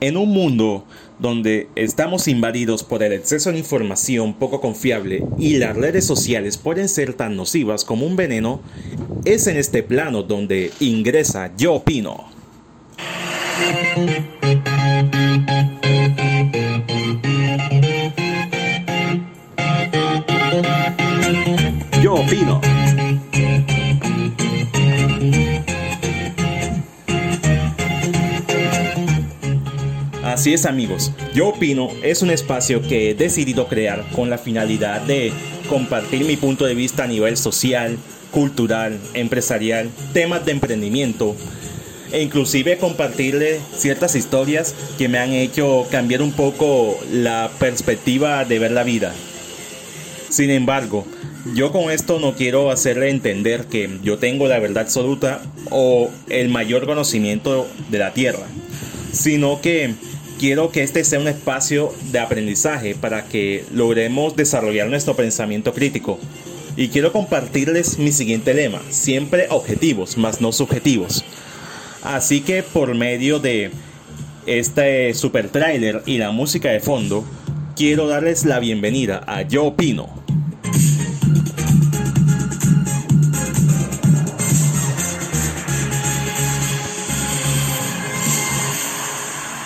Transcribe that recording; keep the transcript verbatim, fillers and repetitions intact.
En un mundo donde estamos invadidos por el exceso de información poco confiable y las redes sociales pueden ser tan nocivas como un veneno, es en este plano donde ingresa Yo Opino. Yo Opino. Así es, amigos, Yo Opino es un espacio que he decidido crear con la finalidad de compartir mi punto de vista a nivel social, cultural, empresarial, temas de emprendimiento e inclusive compartirle ciertas historias que me han hecho cambiar un poco la perspectiva de ver la vida. Sin embargo, yo con esto no quiero hacerle entender que yo tengo la verdad absoluta o el mayor conocimiento de la tierra, sino que quiero que este sea un espacio de aprendizaje para que logremos desarrollar nuestro pensamiento crítico. Y quiero compartirles mi siguiente lema: siempre objetivos, más no subjetivos. Así que por medio de este super tráiler y la música de fondo, quiero darles la bienvenida a Yo Opino.